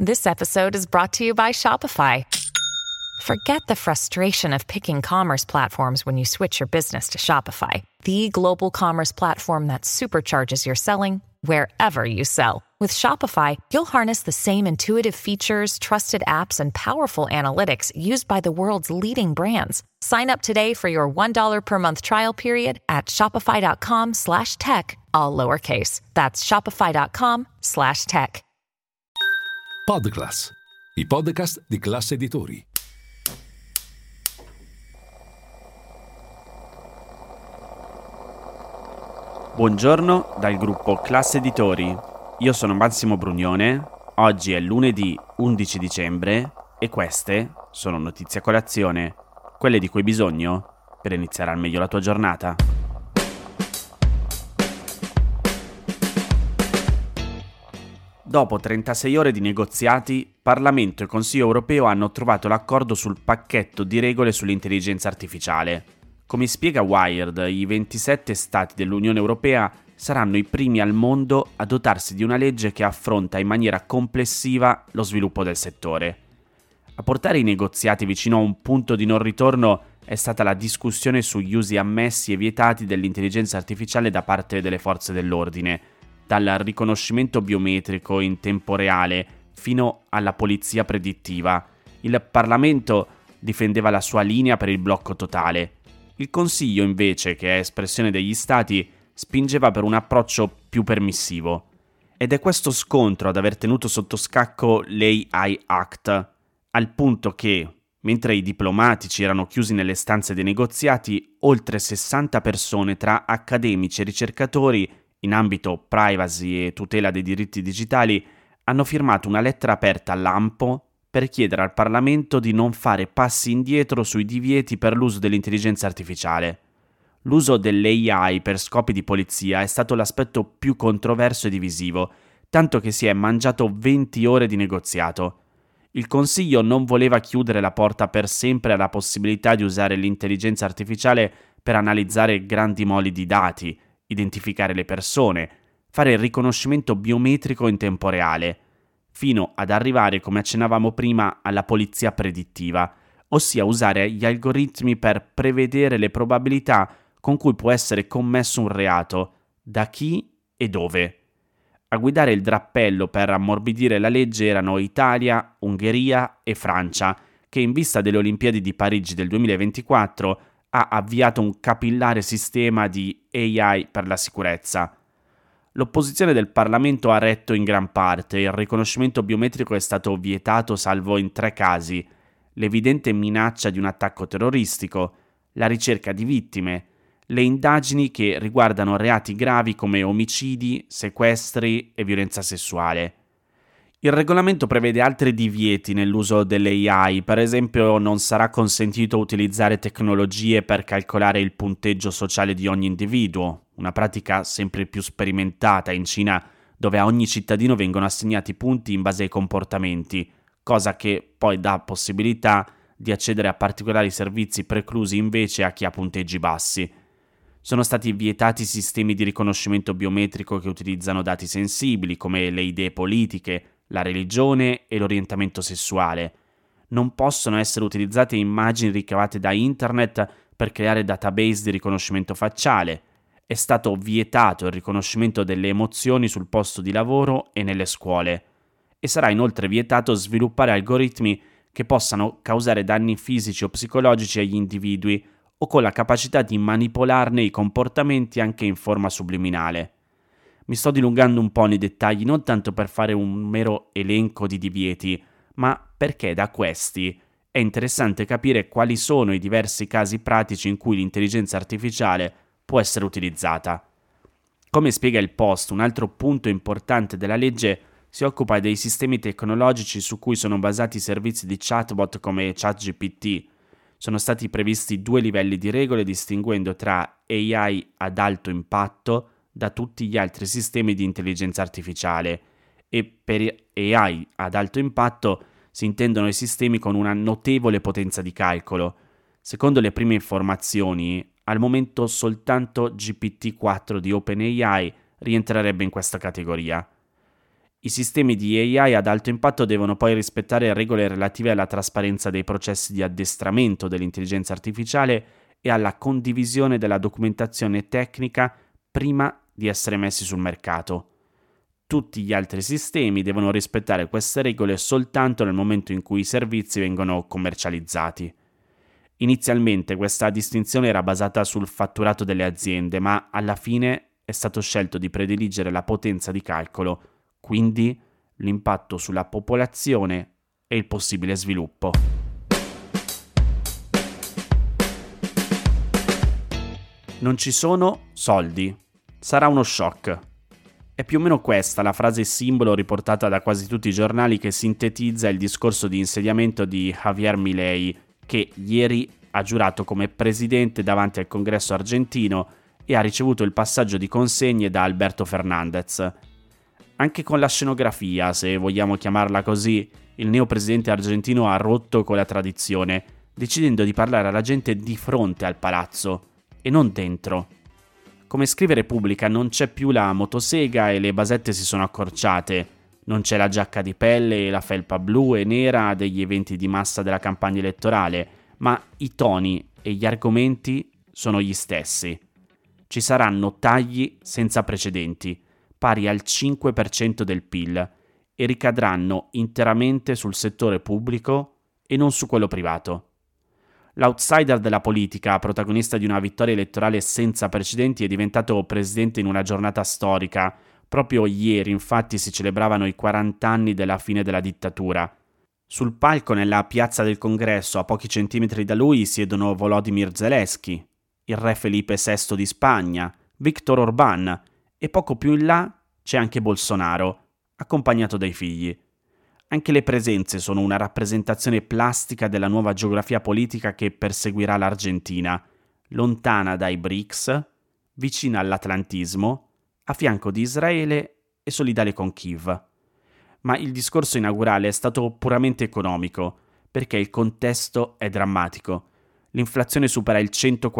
This episode is brought to you by Shopify. Forget the frustration of picking commerce platforms when you switch your business to Shopify, the global commerce platform that supercharges your selling wherever you sell. With Shopify, you'll harness the same intuitive features, trusted apps, and powerful analytics used by the world's leading brands. Sign up today for your $1 per month trial period at shopify.com/tech, all lowercase. That's shopify.com/tech. Podclass, i podcast di Classe Editori. Buongiorno dal gruppo Classe Editori. Io sono Massimo Brugnone. Oggi è lunedì 11 dicembre e queste sono notizie a colazione, quelle di cui hai bisogno per iniziare al meglio la tua giornata. Dopo 36 ore di negoziati, Parlamento e Consiglio europeo hanno trovato l'accordo sul pacchetto di regole sull'intelligenza artificiale. Come spiega Wired, i 27 stati dell'Unione Europea saranno i primi al mondo a dotarsi di una legge che affronta in maniera complessiva lo sviluppo del settore. A portare i negoziati vicino a un punto di non ritorno è stata la discussione sugli usi ammessi e vietati dell'intelligenza artificiale da parte delle forze dell'ordine, dal riconoscimento biometrico in tempo reale fino alla polizia predittiva. Il Parlamento difendeva la sua linea per il blocco totale. Il Consiglio, invece, che è espressione degli Stati, spingeva per un approccio più permissivo. Ed è questo scontro ad aver tenuto sotto scacco l'AI Act, al punto che, mentre i diplomatici erano chiusi nelle stanze dei negoziati, oltre 60 persone tra accademici e ricercatori in ambito privacy e tutela dei diritti digitali hanno firmato una lettera aperta all'ANPO per chiedere al Parlamento di non fare passi indietro sui divieti per l'uso dell'intelligenza artificiale. L'uso dell'AI per scopi di polizia è stato l'aspetto più controverso e divisivo, tanto che si è mangiato 20 ore di negoziato. Il Consiglio non voleva chiudere la porta per sempre alla possibilità di usare l'intelligenza artificiale per analizzare grandi moli di dati, identificare le persone, fare il riconoscimento biometrico in tempo reale, fino ad arrivare, come accennavamo prima, alla polizia predittiva, ossia usare gli algoritmi per prevedere le probabilità con cui può essere commesso un reato, da chi e dove. A guidare il drappello per ammorbidire la legge erano Italia, Ungheria e Francia, che in vista delle Olimpiadi di Parigi del 2024 ha avviato un capillare sistema di AI per la sicurezza. L'opposizione del Parlamento ha retto in gran parte. Il riconoscimento biometrico è stato vietato salvo in 3 casi: l'evidente minaccia di un attacco terroristico, la ricerca di vittime, le indagini che riguardano reati gravi come omicidi, sequestri e violenza sessuale. Il regolamento prevede altri divieti nell'uso dell'AI, per esempio non sarà consentito utilizzare tecnologie per calcolare il punteggio sociale di ogni individuo, una pratica sempre più sperimentata in Cina, dove a ogni cittadino vengono assegnati punti in base ai comportamenti, cosa che poi dà possibilità di accedere a particolari servizi preclusi invece a chi ha punteggi bassi. Sono stati vietati sistemi di riconoscimento biometrico che utilizzano dati sensibili come le idee politiche, la religione e l'orientamento sessuale. Non possono essere utilizzate immagini ricavate da internet per creare database di riconoscimento facciale. È stato vietato il riconoscimento delle emozioni sul posto di lavoro e nelle scuole. E sarà inoltre vietato sviluppare algoritmi che possano causare danni fisici o psicologici agli individui o con la capacità di manipolarne i comportamenti anche in forma subliminale. Mi sto dilungando un po' nei dettagli, non tanto per fare un mero elenco di divieti, ma perché da questi è interessante capire quali sono i diversi casi pratici in cui l'intelligenza artificiale può essere utilizzata. Come spiega il Post, un altro punto importante della legge si occupa dei sistemi tecnologici su cui sono basati i servizi di chatbot come ChatGPT. Sono stati previsti 2 livelli di regole distinguendo tra AI ad alto impatto da tutti gli altri sistemi di intelligenza artificiale e per AI ad alto impatto si intendono i sistemi con una notevole potenza di calcolo. Secondo le prime informazioni, al momento soltanto GPT-4 di OpenAI rientrerebbe in questa categoria. I sistemi di AI ad alto impatto devono poi rispettare regole relative alla trasparenza dei processi di addestramento dell'intelligenza artificiale e alla condivisione della documentazione tecnica prima di essere messi sul mercato. Tutti gli altri sistemi devono rispettare queste regole soltanto nel momento in cui i servizi vengono commercializzati. Inizialmente questa distinzione era basata sul fatturato delle aziende, ma alla fine è stato scelto di prediligere la potenza di calcolo, quindi l'impatto sulla popolazione e il possibile sviluppo. Non ci sono soldi. Sarà uno shock. È più o meno questa la frase simbolo riportata da quasi tutti i giornali che sintetizza il discorso di insediamento di Javier Milei, che ieri ha giurato come presidente davanti al Congresso argentino e ha ricevuto il passaggio di consegne da Alberto Fernandez. Anche con la scenografia, se vogliamo chiamarla così, il neopresidente argentino ha rotto con la tradizione, decidendo di parlare alla gente di fronte al palazzo e non dentro. Come scrive Repubblica, non c'è più la motosega e le basette si sono accorciate, non c'è la giacca di pelle e la felpa blu e nera degli eventi di massa della campagna elettorale, ma i toni e gli argomenti sono gli stessi. Ci saranno tagli senza precedenti, pari al 5% del PIL, e ricadranno interamente sul settore pubblico e non su quello privato. L'outsider della politica, protagonista di una vittoria elettorale senza precedenti, è diventato presidente in una giornata storica. Proprio ieri, infatti, si celebravano i 40 anni della fine della dittatura. Sul palco, nella piazza del Congresso, a pochi centimetri da lui, siedono Volodymyr Zelensky, il re Felipe VI di Spagna, Viktor Orbán, e poco più in là c'è anche Bolsonaro, accompagnato dai figli. Anche le presenze sono una rappresentazione plastica della nuova geografia politica che perseguirà l'Argentina, lontana dai BRICS, vicina all'atlantismo, a fianco di Israele e solidale con Kiev. Ma il discorso inaugurale è stato puramente economico, perché il contesto è drammatico. L'inflazione supera il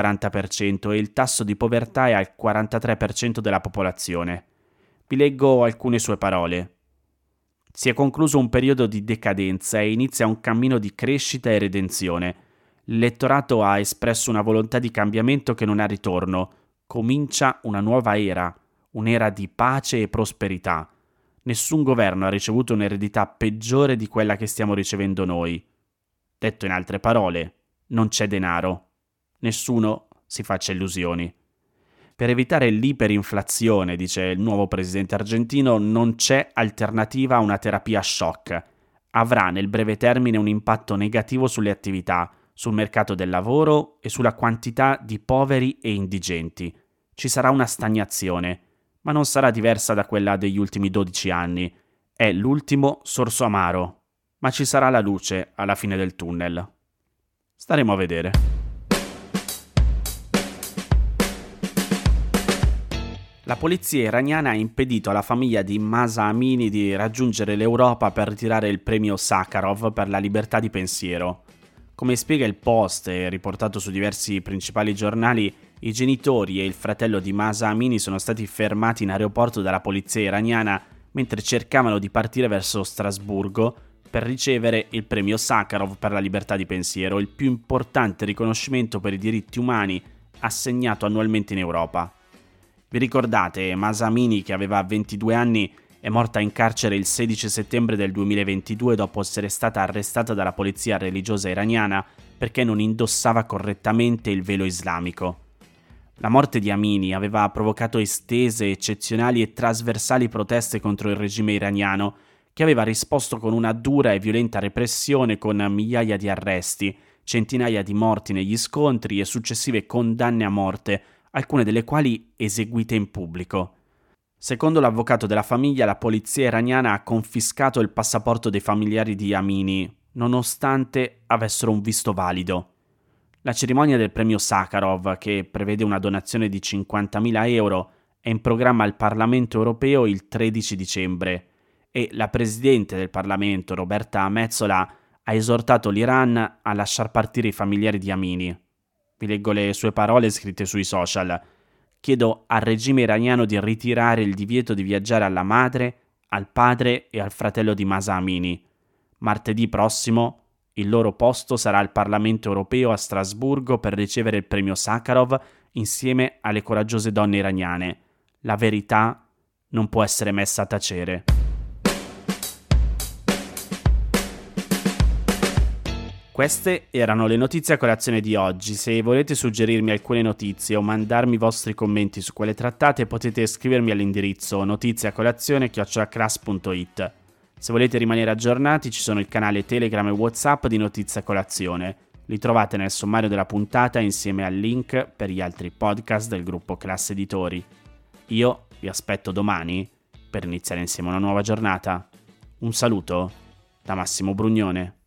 140% e il tasso di povertà è al 43% della popolazione. Vi leggo alcune sue parole. Si è concluso un periodo di decadenza e inizia un cammino di crescita e redenzione. L'elettorato ha espresso una volontà di cambiamento che non ha ritorno. Comincia una nuova era, un'era di pace e prosperità. Nessun governo ha ricevuto un'eredità peggiore di quella che stiamo ricevendo noi. Detto in altre parole, non c'è denaro. Nessuno si faccia illusioni. Per evitare l'iperinflazione, dice il nuovo presidente argentino, non c'è alternativa a una terapia shock. Avrà nel breve termine un impatto negativo sulle attività, sul mercato del lavoro e sulla quantità di poveri e indigenti. Ci sarà una stagnazione, ma non sarà diversa da quella degli ultimi 12 anni. È l'ultimo sorso amaro, ma ci sarà la luce alla fine del tunnel. Staremo a vedere. La polizia iraniana ha impedito alla famiglia di Mahsa Amini di raggiungere l'Europa per ritirare il premio Sakharov per la libertà di pensiero. Come spiega il Post e riportato su diversi principali giornali, i genitori e il fratello di Mahsa Amini sono stati fermati in aeroporto dalla polizia iraniana mentre cercavano di partire verso Strasburgo per ricevere il premio Sakharov per la libertà di pensiero, il più importante riconoscimento per i diritti umani assegnato annualmente in Europa. Vi ricordate Mahsa Amini, che aveva 22 anni, è morta in carcere il 16 settembre del 2022 dopo essere stata arrestata dalla polizia religiosa iraniana perché non indossava correttamente il velo islamico. La morte di Amini aveva provocato estese, eccezionali e trasversali proteste contro il regime iraniano, che aveva risposto con una dura e violenta repressione con migliaia di arresti, centinaia di morti negli scontri e successive condanne a morte, alcune delle quali eseguite in pubblico. Secondo l'avvocato della famiglia, la polizia iraniana ha confiscato il passaporto dei familiari di Amini, nonostante avessero un visto valido. La cerimonia del premio Sakharov, che prevede una donazione di 50.000 euro, è in programma al Parlamento europeo il 13 dicembre e la presidente del Parlamento, Roberta Metsola, ha esortato l'Iran a lasciar partire i familiari di Amini. Vi leggo le sue parole scritte sui social. Chiedo al regime iraniano di ritirare il divieto di viaggiare alla madre, al padre e al fratello di Mahsa Amini. Martedì prossimo il loro posto sarà al Parlamento europeo a Strasburgo per ricevere il premio Sakharov insieme alle coraggiose donne iraniane. La verità non può essere messa a tacere. Queste erano le notizie a colazione di oggi. Se volete suggerirmi alcune notizie o mandarmi i vostri commenti su quelle trattate, potete scrivermi all'indirizzo notiziacolazione@cras.it. Se volete rimanere aggiornati, ci sono il canale Telegram e WhatsApp di Notizie a Colazione. Li trovate nel sommario della puntata insieme al link per gli altri podcast del gruppo Classe Editori. Io vi aspetto domani per iniziare insieme una nuova giornata. Un saluto da Massimo Brugnone.